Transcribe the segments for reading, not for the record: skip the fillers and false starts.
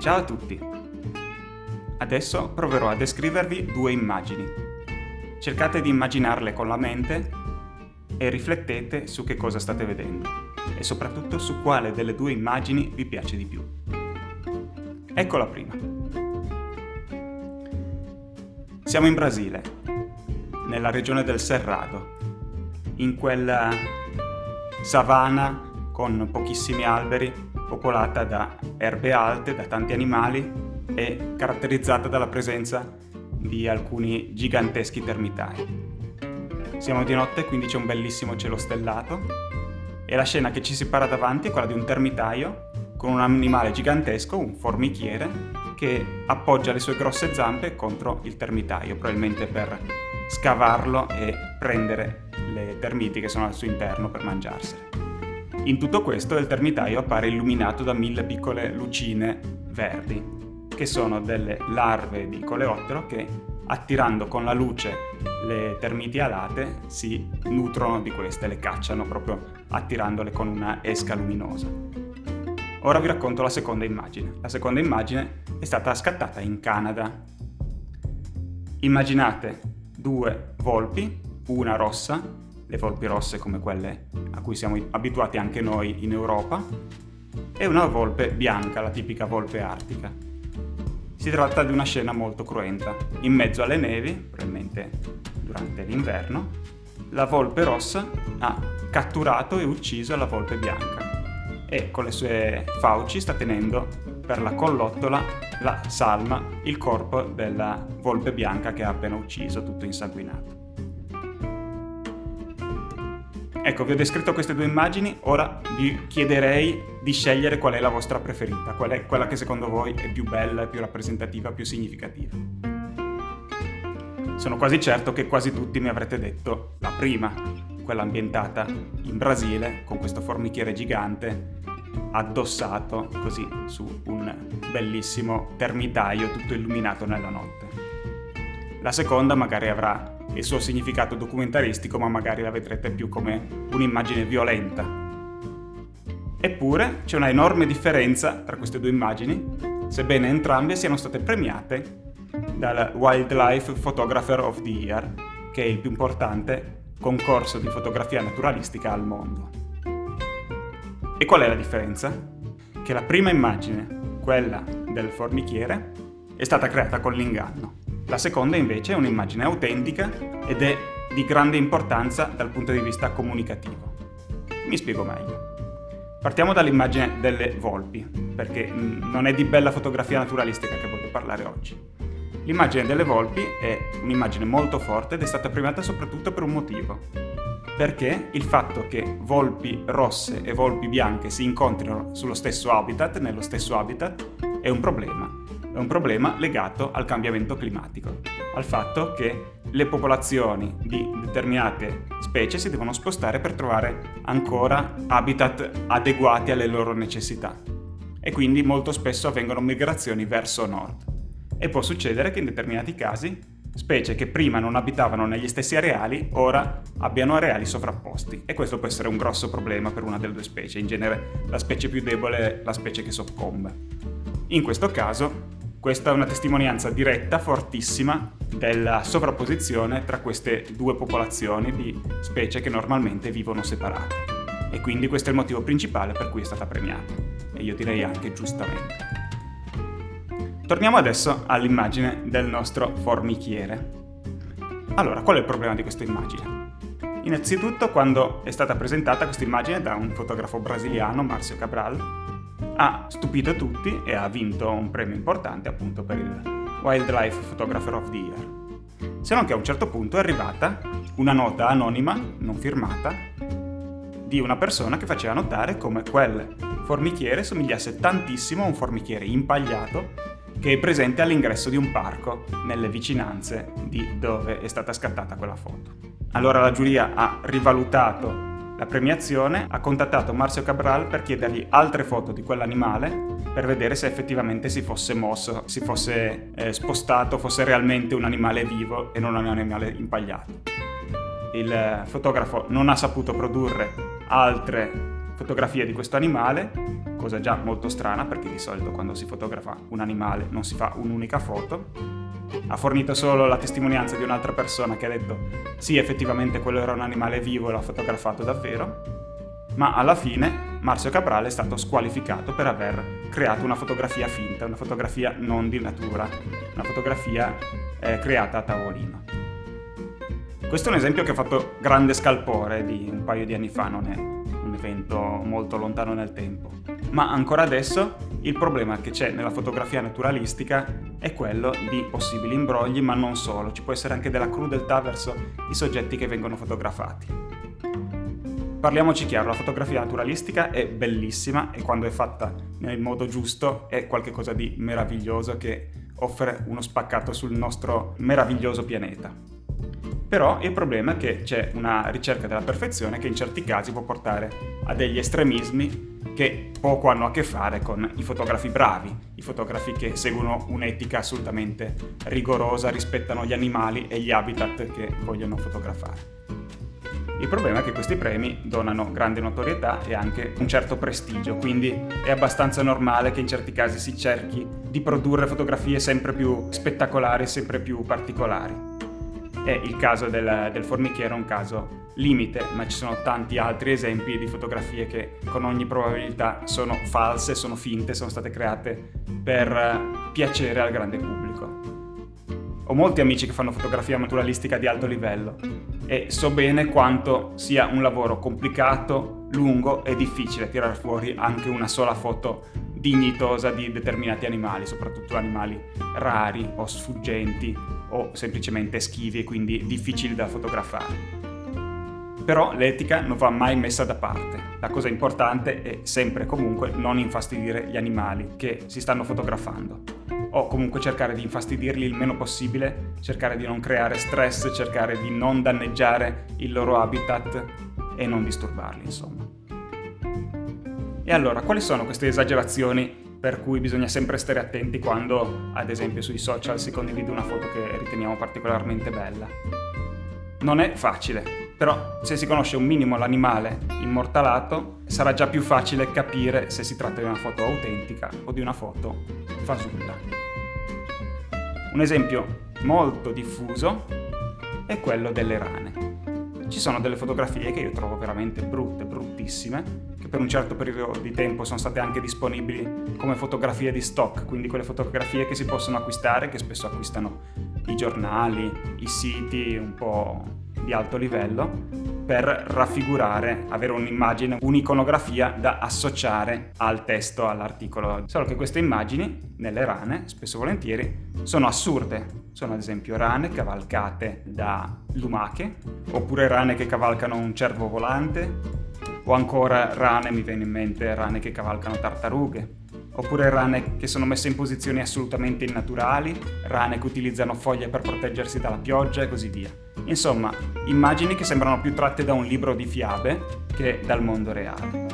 Ciao a tutti! Adesso proverò a descrivervi due immagini. Cercate di immaginarle con la mente e riflettete su che cosa state vedendo e soprattutto su quale delle due immagini vi piace di più. Ecco la prima. Siamo in Brasile, nella regione del Cerrado, in quella savana con pochissimi alberi, popolata da erbe alte, da tanti animali e caratterizzata dalla presenza di alcuni giganteschi termitai. Siamo di notte, quindi c'è un bellissimo cielo stellato e la scena che ci si para davanti è quella di un termitaio con un animale gigantesco, un formichiere, che appoggia le sue grosse zampe contro il termitaio, probabilmente per scavarlo e prendere le termiti che sono al suo interno per mangiarsele. In tutto questo il termitaio appare illuminato da 1000 piccole lucine verdi, che sono delle larve di coleottero che, attirando con la luce le termiti alate, si nutrono di queste, le cacciano proprio attirandole con una esca luminosa. Ora vi racconto la seconda immagine. La seconda immagine è stata scattata in Canada. Immaginate due volpi, una rossa, le volpi rosse come quelle a cui siamo abituati anche noi in Europa, e una volpe bianca, la tipica volpe artica. Si tratta di una scena molto cruenta. In mezzo alle nevi, probabilmente durante l'inverno, la volpe rossa ha catturato e ucciso la volpe bianca e con le sue fauci sta tenendo per la collottola, la salma, il corpo della volpe bianca che ha appena ucciso, tutto insanguinato. Ecco, vi ho descritto queste due immagini, ora vi chiederei di scegliere qual è la vostra preferita, qual è quella che secondo voi è più bella, più rappresentativa, più significativa. Sono quasi certo che quasi tutti mi avrete detto la prima, quella ambientata in Brasile, con questo formichiere gigante addossato così su un bellissimo termitaio tutto illuminato nella notte. La seconda magari avrà il suo significato documentaristico, ma magari la vedrete più come un'immagine violenta. Eppure c'è una enorme differenza tra queste due immagini, sebbene entrambe siano state premiate dal Wildlife Photographer of the Year, che è il più importante concorso di fotografia naturalistica al mondo. E qual è la differenza? Che la prima immagine, quella del formichiere, è stata creata con l'inganno. La seconda invece è un'immagine autentica ed è di grande importanza dal punto di vista comunicativo. Mi spiego meglio. Partiamo dall'immagine delle volpi, perché non è di bella fotografia naturalistica che voglio parlare oggi. L'immagine delle volpi è un'immagine molto forte ed è stata premiata soprattutto per un motivo. Perché il fatto che volpi rosse e volpi bianche si incontrino sullo stesso habitat, nello stesso habitat, è un problema. È un problema legato al cambiamento climatico, al fatto che le popolazioni di determinate specie si devono spostare per trovare ancora habitat adeguati alle loro necessità e quindi molto spesso avvengono migrazioni verso nord. E può succedere che in determinati casi specie che prima non abitavano negli stessi areali ora abbiano areali sovrapposti e questo può essere un grosso problema per una delle due specie. In genere la specie più debole è la specie che soccombe. In questo caso questa è una testimonianza diretta, fortissima, della sovrapposizione tra queste due popolazioni di specie che normalmente vivono separate. E quindi questo è il motivo principale per cui è stata premiata. E io direi anche giustamente. Torniamo adesso all'immagine del nostro formichiere. Allora, qual è il problema di questa immagine? Innanzitutto, quando è stata presentata questa immagine da un fotografo brasiliano, Márcio Cabral, ha stupito tutti e ha vinto un premio importante appunto per il Wildlife Photographer of the Year. Se non che a un certo punto è arrivata una nota anonima, non firmata, di una persona che faceva notare come quel formichiere somigliasse tantissimo a un formichiere impagliato che è presente all'ingresso di un parco nelle vicinanze di dove è stata scattata quella foto. Allora la giuria ha rivalutato la premiazione, ha contattato Márcio Cabral per chiedergli altre foto di quell'animale per vedere se effettivamente si fosse mosso, si fosse spostato, fosse realmente un animale vivo e non un animale impagliato. Il fotografo non ha saputo produrre altre fotografia di questo animale, cosa già molto strana perché di solito quando si fotografa un animale non si fa un'unica foto. Ha fornito solo la testimonianza di un'altra persona che ha detto sì, effettivamente quello era un animale vivo e l'ha fotografato davvero, ma alla fine Márcio Cabral è stato squalificato per aver creato una fotografia finta, una fotografia non di natura, una fotografia creata a tavolino. Questo è un esempio che ha fatto grande scalpore di un paio di anni fa, non è un evento molto lontano nel tempo. Ma ancora adesso il problema che c'è nella fotografia naturalistica è quello di possibili imbrogli, ma non solo, ci può essere anche della crudeltà verso i soggetti che vengono fotografati. Parliamoci chiaro, la fotografia naturalistica è bellissima e quando è fatta nel modo giusto è qualcosa di meraviglioso che offre uno spaccato sul nostro meraviglioso pianeta. Però il problema è che c'è una ricerca della perfezione che in certi casi può portare a degli estremismi che poco hanno a che fare con i fotografi bravi, i fotografi che seguono un'etica assolutamente rigorosa, rispettano gli animali e gli habitat che vogliono fotografare. Il problema è che questi premi donano grande notorietà e anche un certo prestigio, quindi è abbastanza normale che in certi casi si cerchi di produrre fotografie sempre più spettacolari, sempre più particolari. E il caso del formichiero è un caso limite, ma ci sono tanti altri esempi di fotografie che con ogni probabilità sono false, sono finte, sono state create per piacere al grande pubblico. Ho molti amici che fanno fotografia naturalistica di alto livello e so bene quanto sia un lavoro complicato, lungo e difficile tirar fuori anche una sola foto dignitosa di determinati animali, soprattutto animali rari o sfuggenti o semplicemente schivi e quindi difficili da fotografare. Però l'etica non va mai messa da parte. La cosa importante è sempre e comunque non infastidire gli animali che si stanno fotografando, o comunque cercare di infastidirli il meno possibile, cercare di non creare stress, cercare di non danneggiare il loro habitat e non disturbarli, insomma. E allora, quali sono queste esagerazioni per cui bisogna sempre stare attenti quando, ad esempio, sui social si condivide una foto che riteniamo particolarmente bella? Non è facile, però se si conosce un minimo l'animale immortalato sarà già più facile capire se si tratta di una foto autentica o di una foto fasulla. Un esempio molto diffuso è quello delle rane. Ci sono delle fotografie che io trovo veramente brutte, bruttissime, che per un certo periodo di tempo sono state anche disponibili come fotografie di stock, quindi quelle fotografie che si possono acquistare, che spesso acquistano i giornali, i siti un po' di alto livello, per raffigurare, avere un'immagine, un'iconografia da associare al testo, all'articolo. Solo che queste immagini, nelle rane, spesso e volentieri, sono assurde. Sono ad esempio rane cavalcate da lumache, oppure rane che cavalcano un cervo volante, o ancora rane, mi viene in mente, rane che cavalcano tartarughe, oppure rane che sono messe in posizioni assolutamente innaturali, rane che utilizzano foglie per proteggersi dalla pioggia e così via. Insomma, immagini che sembrano più tratte da un libro di fiabe che dal mondo reale.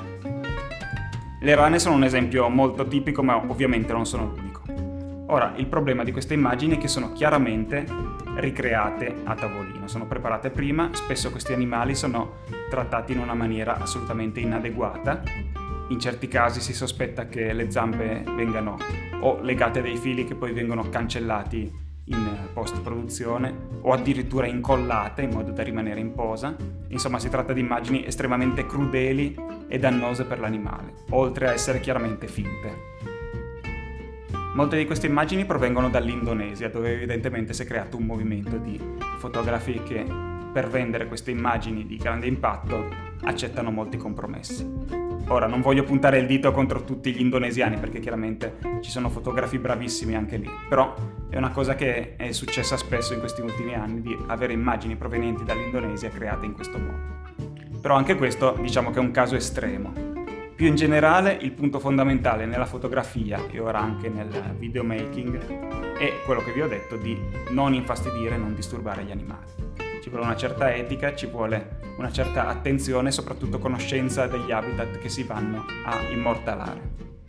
Le rane sono un esempio molto tipico, ma ovviamente non sono l'unico. Ora, il problema di queste immagini è che sono chiaramente ricreate a tavolino, sono preparate prima, spesso questi animali sono trattati in una maniera assolutamente inadeguata. In certi casi si sospetta che le zampe vengano o legate a dei fili che poi vengono cancellati in post-produzione o addirittura incollate in modo da rimanere in posa. Insomma, si tratta di immagini estremamente crudeli e dannose per l'animale, oltre a essere chiaramente finte. Molte di queste immagini provengono dall'Indonesia, dove evidentemente si è creato un movimento di fotografi che, per vendere queste immagini di grande impatto, accettano molti compromessi. Ora, non voglio puntare il dito contro tutti gli indonesiani, perché chiaramente ci sono fotografi bravissimi anche lì, però è una cosa che è successa spesso in questi ultimi anni, di avere immagini provenienti dall'Indonesia create in questo modo. Però anche questo, diciamo che è un caso estremo. Più in generale, il punto fondamentale nella fotografia e ora anche nel videomaking è quello che vi ho detto di non infastidire e non disturbare gli animali. Ci vuole una certa etica, ci vuole una certa attenzione e soprattutto conoscenza degli habitat che si vanno a immortalare.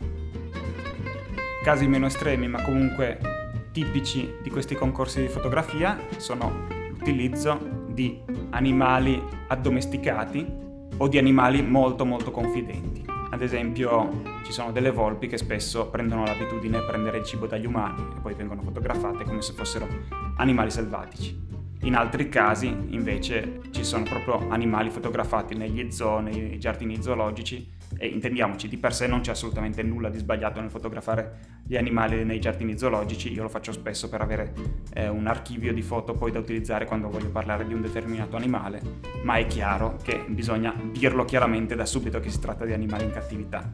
Casi meno estremi, ma comunque tipici di questi concorsi di fotografia, sono l'utilizzo di animali addomesticati o di animali molto molto confidenti. Ad esempio ci sono delle volpi che spesso prendono l'abitudine di prendere il cibo dagli umani e poi vengono fotografate come se fossero animali selvatici. In altri casi invece ci sono proprio animali fotografati negli zoo, nei giardini zoologici, e intendiamoci, di per sé non c'è assolutamente nulla di sbagliato nel fotografare gli animali nei giardini zoologici. Io lo faccio spesso per avere un archivio di foto poi da utilizzare quando voglio parlare di un determinato animale, ma è chiaro che bisogna dirlo chiaramente da subito che si tratta di animali in cattività.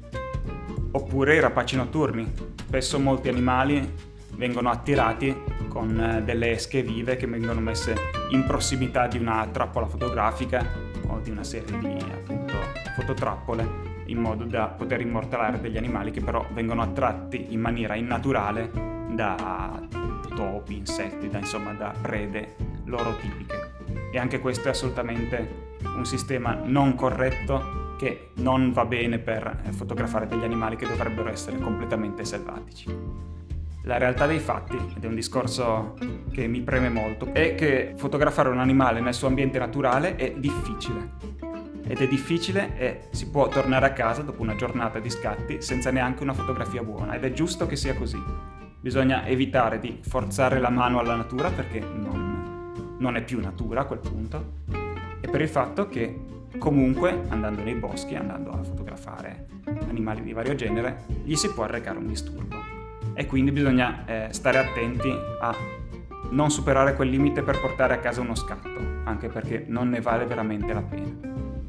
Oppure i rapaci notturni. Spesso molti animali vengono attirati con delle esche vive che vengono messe in prossimità di una trappola fotografica o di una serie di appunto fototrappole, in modo da poter immortalare degli animali che però vengono attratti in maniera innaturale da topi, insetti, da prede loro tipiche. E anche questo è assolutamente un sistema non corretto, che non va bene per fotografare degli animali che dovrebbero essere completamente selvatici. La realtà dei fatti, ed è un discorso che mi preme molto, è che fotografare un animale nel suo ambiente naturale è difficile. Ed è difficile e si può tornare a casa dopo una giornata di scatti senza neanche una fotografia buona, ed è giusto che sia così. Bisogna evitare di forzare la mano alla natura, perché non è più natura a quel punto, e per il fatto che comunque andando nei boschi, andando a fotografare animali di vario genere, gli si può arrecare un disturbo. E quindi bisogna stare attenti a non superare quel limite per portare a casa uno scatto, anche perché non ne vale veramente la pena.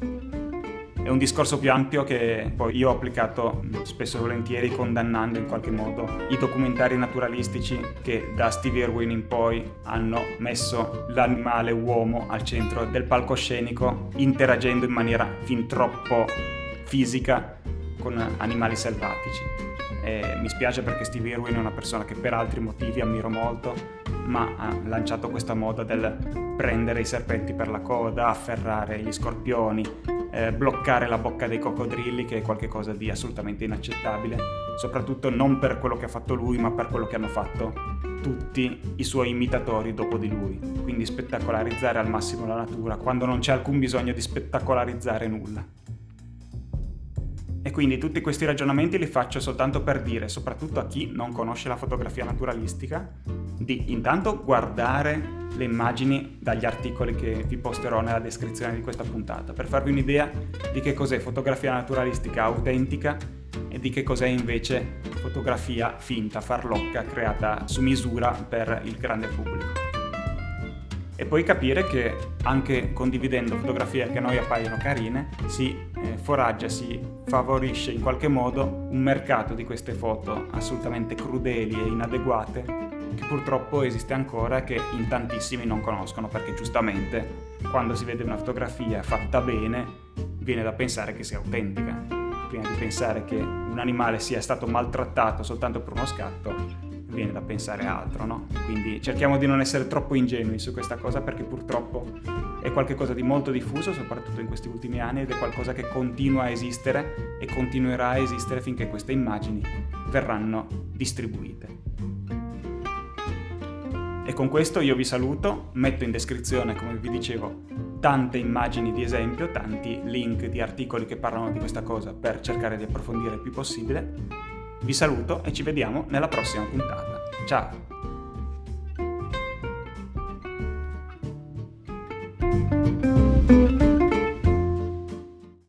È un discorso più ampio che poi io ho applicato spesso e volentieri, condannando in qualche modo i documentari naturalistici che da Steve Irwin in poi hanno messo l'animale uomo al centro del palcoscenico, interagendo in maniera fin troppo fisica con animali selvatici. Mi spiace perché Steve Irwin è una persona che per altri motivi ammiro molto, ma ha lanciato questa moda del prendere i serpenti per la coda, afferrare gli scorpioni, bloccare la bocca dei coccodrilli, che è qualcosa di assolutamente inaccettabile, soprattutto non per quello che ha fatto lui, ma per quello che hanno fatto tutti i suoi imitatori dopo di lui. Quindi spettacolarizzare al massimo la natura quando non c'è alcun bisogno di spettacolarizzare nulla. E quindi tutti questi ragionamenti li faccio soltanto per dire, soprattutto a chi non conosce la fotografia naturalistica, di intanto guardare le immagini dagli articoli che vi posterò nella descrizione di questa puntata, per farvi un'idea di che cos'è fotografia naturalistica autentica e di che cos'è invece fotografia finta, farlocca, creata su misura per il grande pubblico. E poi capire che anche condividendo fotografie che a noi appaiono carine si foraggia, si favorisce in qualche modo un mercato di queste foto assolutamente crudeli e inadeguate, che purtroppo esiste ancora e che in tantissimi non conoscono, perché giustamente quando si vede una fotografia fatta bene viene da pensare che sia autentica, prima di pensare che un animale sia stato maltrattato soltanto per uno scatto viene da pensare altro, no? Quindi cerchiamo di non essere troppo ingenui su questa cosa, perché purtroppo è qualcosa di molto diffuso, soprattutto in questi ultimi anni, ed è qualcosa che continua a esistere e continuerà a esistere finché queste immagini verranno distribuite. E con questo io vi saluto, metto in descrizione, come vi dicevo, tante immagini di esempio, tanti link di articoli che parlano di questa cosa per cercare di approfondire il più possibile. Vi saluto e ci vediamo nella prossima puntata. Ciao!